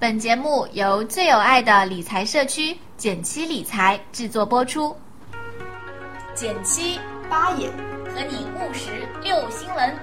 本节目由最有爱的理财社区减七理财制作播出。减七八眼和你务实六新闻。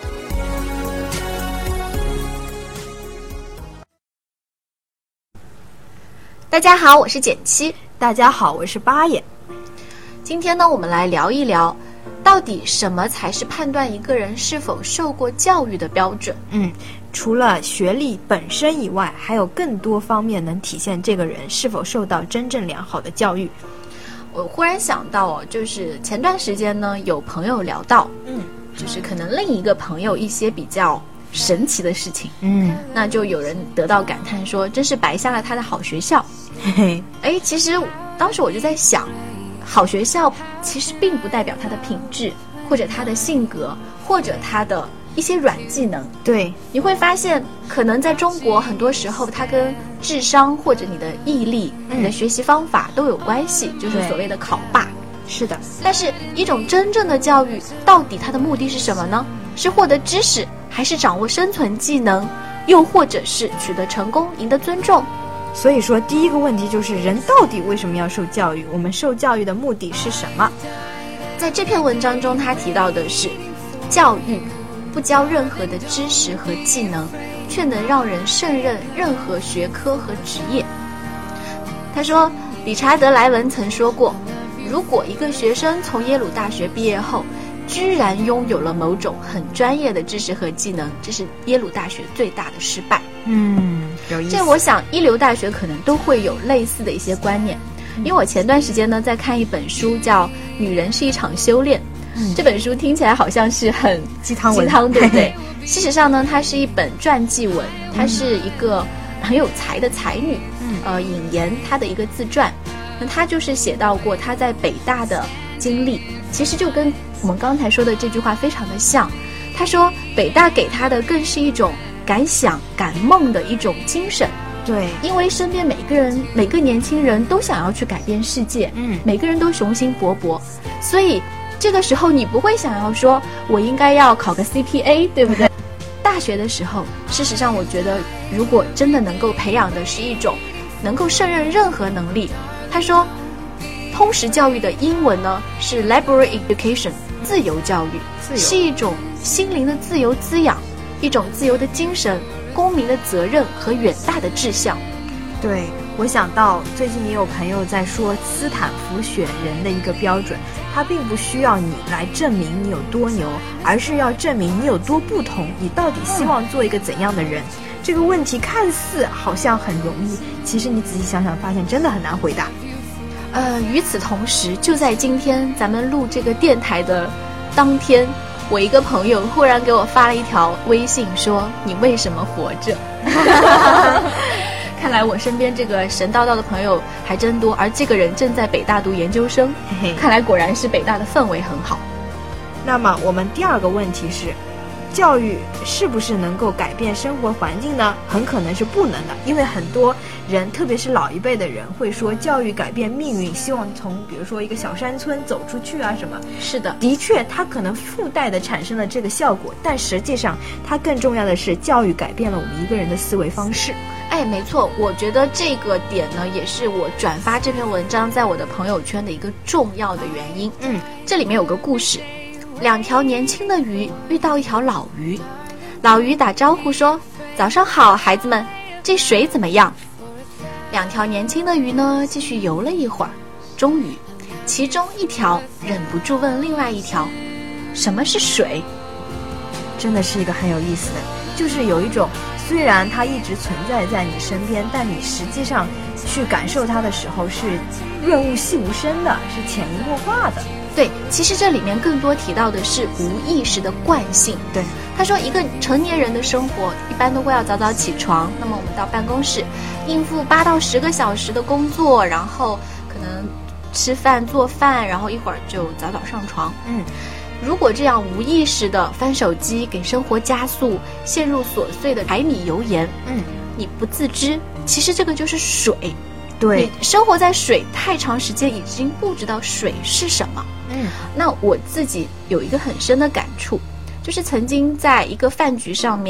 大家好，我是减七。 大家好，我是八眼。 今天呢，我们来聊一聊，到底什么才是判断一个人是否受过教育的标准？ 除了学历本身以外，还有更多方面能体现这个人是否受到真正良好的教育。 我忽然想到就是前段时间呢，有朋友聊到，就是可能另一个朋友一些比较神奇的事情，那就有人得到感叹说，真是白下了他的好学校。其实当时我就在想，好学校其实并不代表他的品质，或者他的性格，或者他的一些软技能。 对， 你会发现可能在中国很多时候它跟智商或者你的毅力、你的学习方法都有关系，就是所谓的考霸。 是的， 但是一种真正的教育到底它的目的是什么呢？是获得知识，还是掌握生存技能，又或者是取得成功，赢得尊重？ 所以说第一个问题就是人到底为什么要受教育，我们受教育的目的是什么？ 在这篇文章中他提到的是，教育不教任何的知识和技能，却能让人胜任任何学科和职业。他说，理查德·莱文曾说过，如果一个学生从耶鲁大学毕业后居然拥有了某种很专业的知识和技能，这是耶鲁大学最大的失败。 有意思。 这我想一流大学可能都会有类似的一些观念。因为我前段时间呢在看一本书叫《女人是一场修炼》，这本书听起来好像是很鸡汤文， 对不对？事实上呢，它是一本传记文，它是一个很有才的才女，引言她的一个自传。那她就是写到过她在北大的经历，其实就跟我们刚才说的这句话非常的像。她说北大给她的更是一种敢想敢梦的一种精神。 对， 因为身边每个年轻人都想要去改变世界，每个人都雄心勃勃，所以这个时候你不会想要说我应该要考个 CPA， 对不对？大学的时候，事实上我觉得如果真的能够培养的是一种能够胜任任何能力。他说通识教育的英文呢是 liberal education， 自由教育，是一种心灵的自由滋养，一种自由的精神，公民的责任和远大的志向。 对，我想到最近也有朋友在说斯坦福选人的一个标准，他并不需要你来证明你有多牛，而是要证明你有多不同，你到底希望做一个怎样的人。这个问题看似好像很容易，其实你仔细想想发现真的很难回答。 与此同时，就在今天咱们录这个电台的当天，我一个朋友忽然给我发了一条微信说，你为什么活着？看来我身边这个神叨叨的朋友还真多，而这个人正在北大读研究生，看来果然是北大的氛围很好。 那么我们第二个问题是，教育是不是能够改变生活环境呢？很可能是不能的，因为很多人，特别是老一辈的人会说教育改变命运，希望从比如说一个小山村走出去啊什么。 是的， 的确它可能附带的产生了这个效果，但实际上它更重要的是教育改变了我们一个人的思维方式。 没错，我觉得这个点呢也是我转发这篇文章在我的朋友圈的一个重要的原因。这里面有个故事，两条年轻的鱼遇到一条老鱼，老鱼打招呼说，早上好孩子们，这水怎么样？两条年轻的鱼呢继续游了一会儿，终于其中一条忍不住问另外一条，什么是水？ 真的是一个很有意思的，就是有一种虽然它一直存在在你身边，但你实际上去感受它的时候是润物细无声的，是潜移默化的。 对，其实这里面更多提到的是无意识的惯性。 对， 他说一个成年人的生活一般都会要早早起床，那么我们到办公室应付8到10个小时的工作，然后可能吃饭做饭，然后一会儿就早早上床。如果这样无意识的翻手机，给生活加速，陷入琐碎的柴米油盐，你不自知，其实这个就是水。 对， 你生活在水太长时间，已经不知道水是什么。那我自己有一个很深的感触，就是曾经在一个饭局上面，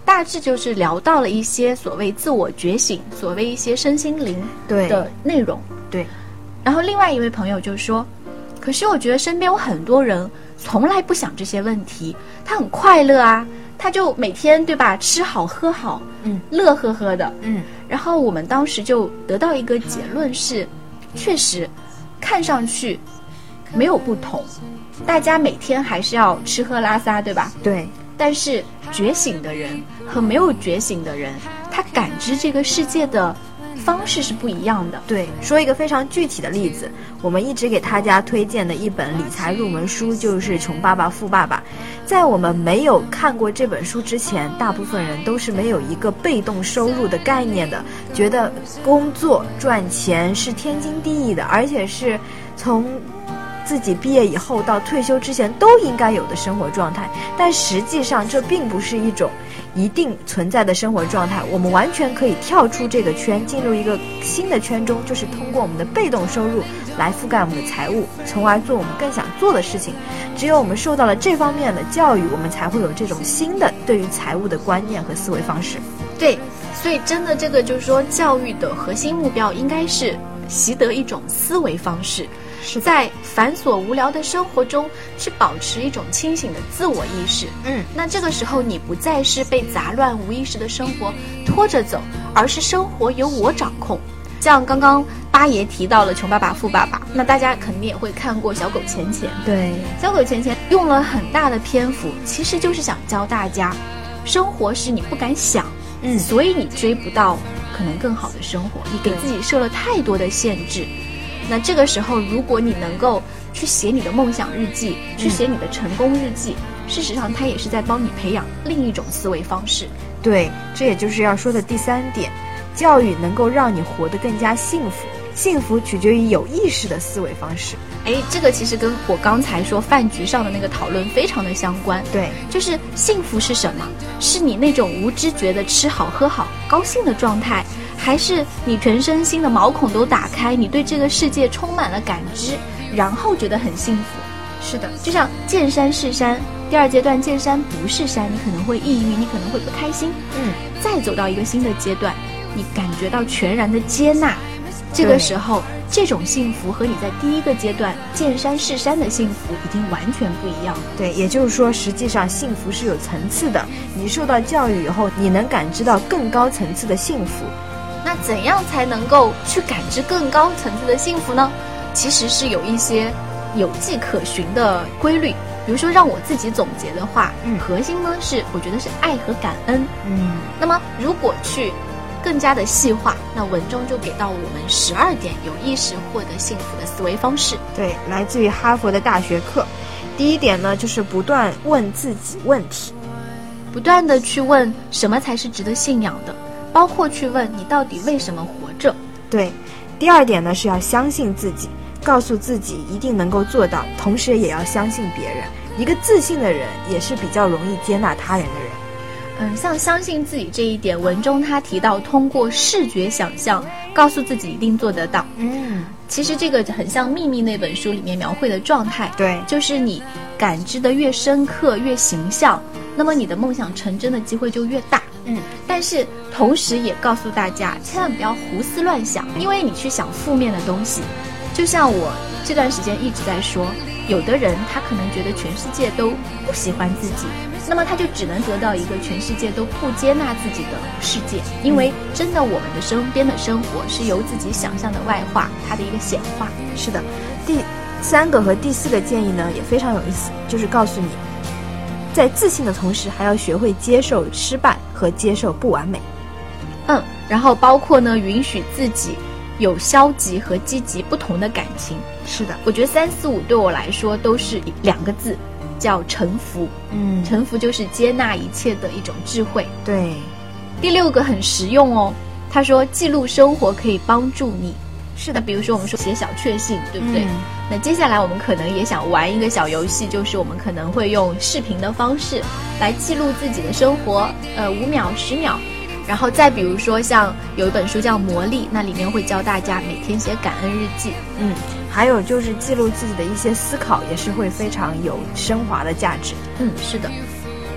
大致就是聊到了一些所谓自我觉醒，所谓一些身心灵的内容。 对。 然后另外一位朋友就说，可是我觉得身边有很多人从来不想这些问题，他很快乐啊，他就每天对吧，吃好喝好，乐呵呵的。然后我们当时就得到一个结论是，确实看上去没有不同，大家每天还是要吃喝拉撒，对吧？ 对。 但是觉醒的人和没有觉醒的人，他感知这个世界的方式是不一样的。 对，说一个非常具体的例子，我们一直给大家推荐的一本理财入门书就是《穷爸爸富爸爸》。在我们没有看过这本书之前，大部分人都是没有一个被动收入的概念的，觉得工作赚钱是天经地义的，而且是从自己毕业以后到退休之前都应该有的生活状态。但实际上这并不是一种一定存在的生活状态，我们完全可以跳出这个圈，进入一个新的圈中，就是通过我们的被动收入来覆盖我们的财务，从而做我们更想做的事情。只有我们受到了这方面的教育，我们才会有这种新的对于财务的观念和思维方式。 对，所以真的这个就是说，教育的核心目标应该是习得一种思维方式，在繁琐无聊的生活中去保持一种清醒的自我意识。那这个时候你不再是被杂乱无意识的生活拖着走，而是生活由我掌控。像刚刚八爷提到了穷爸爸富爸爸，那大家肯定也会看过小狗钱钱。 对， 小狗钱钱用了很大的篇幅，其实就是想教大家，生活是你不敢想，所以你追不到可能更好的生活，你给自己设了太多的限制。那这个时候如果你能够去写你的梦想日记，去写你的成功日记，事实上它也是在帮你培养另一种思维方式。 对，这也就是要说的第三点，教育能够让你活得更加幸福，幸福取决于有意识的思维方式。 这个其实跟我刚才说饭局上的那个讨论非常的相关。 对， 就是幸福是什么？是你那种无知觉的吃好喝好高兴的状态，还是你全身心的毛孔都打开，你对这个世界充满了感知，然后觉得很幸福？是的，就像见山是山，第二阶段见山不是山，你可能会抑郁，你可能会不开心。再走到一个新的阶段，你感觉到全然的接纳，这个时候这种幸福和你在第一个阶段见山是山的幸福已经完全不一样了。 对，也就是说实际上幸福是有层次的，你受到教育以后，你能感知到更高层次的幸福。 那怎样才能够去感知更高层次的幸福呢？其实是有一些有迹可循的规律。比如说让我自己总结的话，核心呢是我觉得是爱和感恩。那么如果去更加的细化，那文中就给到我们12点有意识获得幸福的思维方式。 对，来自于哈佛的大学课。第一点呢，就是不断问自己问题， 不断的去问什么才是值得信仰的，包括去问你到底为什么活着。 对，第二点呢是要相信自己，告诉自己一定能够做到，同时也要相信别人。一个自信的人也是比较容易接纳他人的人。 像相信自己这一点，文中他提到通过视觉想象告诉自己一定做得到。其实这个很像《秘密》那本书里面描绘的状态。 对， 就是你感知的越深刻越形象，那么你的梦想成真的机会就越大。但是同时也告诉大家千万不要胡思乱想，因为你去想负面的东西，就像我这段时间一直在说，有的人他可能觉得全世界都不喜欢自己，那么他就只能得到一个全世界都不接纳自己的世界。因为真的我们的身边的生活是由自己想象的外化，它的一个显化。 是的，第3个和第4个建议呢也非常有意思，就是告诉你在自信的同时还要学会接受失败和接受不完美。 然后包括呢允许自己有消极和积极不同的感情。 是的， 我觉得3、4、5对我来说都是2个字，叫臣服。臣服就是接纳一切的一种智慧。 对， 第6个很实用哦，他说记录生活可以帮助你。 是的， 比如说我们说写小确幸，对不对？那接下来我们可能也想玩一个小游戏，就是我们可能会用视频的方式来记录自己的生活，5秒、10秒。然后再比如说像有一本书叫《魔力》，那里面会教大家每天写感恩日记。 还有就是记录自己的一些思考，也是会非常有升华的价值。 是的。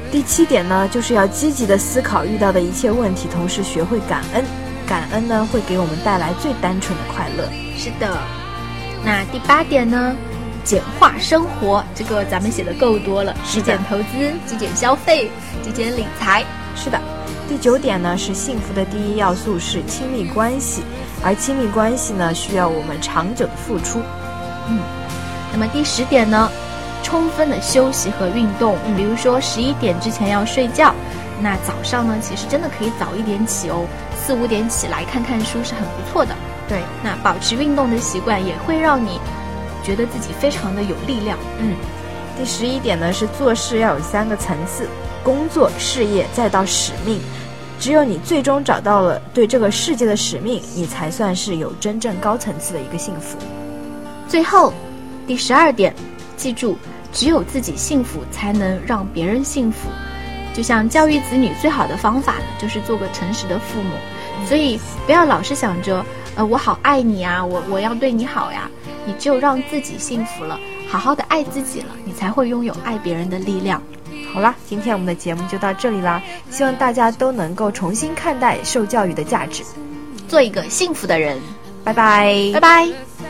第7点呢，就是要积极的思考遇到的一切问题，同时学会感恩。感恩呢，会给我们带来最单纯的快乐。 是的。那第8点呢，简化生活，这个咱们写的够多了，极简投资、极简消费、极简理财。 是的。第9点呢，是幸福的第一要素是亲密关系，而亲密关系呢，需要我们长久的付出。 那么第10点呢，充分的休息和运动，比如说11点之前要睡觉，那早上呢，其实真的可以早一点起哦，4、5点起来看看书是很不错的。 对， 那保持运动的习惯也会让你觉得自己非常的有力量。 第11点呢，是做事要有3个层次，工作、事业再到使命。只有你最终找到了对这个世界的使命，你才算是有真正高层次的一个幸福。 最后第12点，记住，只有自己幸福才能让别人幸福。就像教育子女最好的方法呢，就是做个诚实的父母。所以不要老是想着我好爱你啊，我要对你好呀。你只有让自己幸福了，好好的爱自己了，你才会拥有爱别人的力量。 好啦，今天我们的节目就到这里啦，希望大家都能够重新看待受教育的价值， 做一个幸福的人。 拜拜， 拜拜。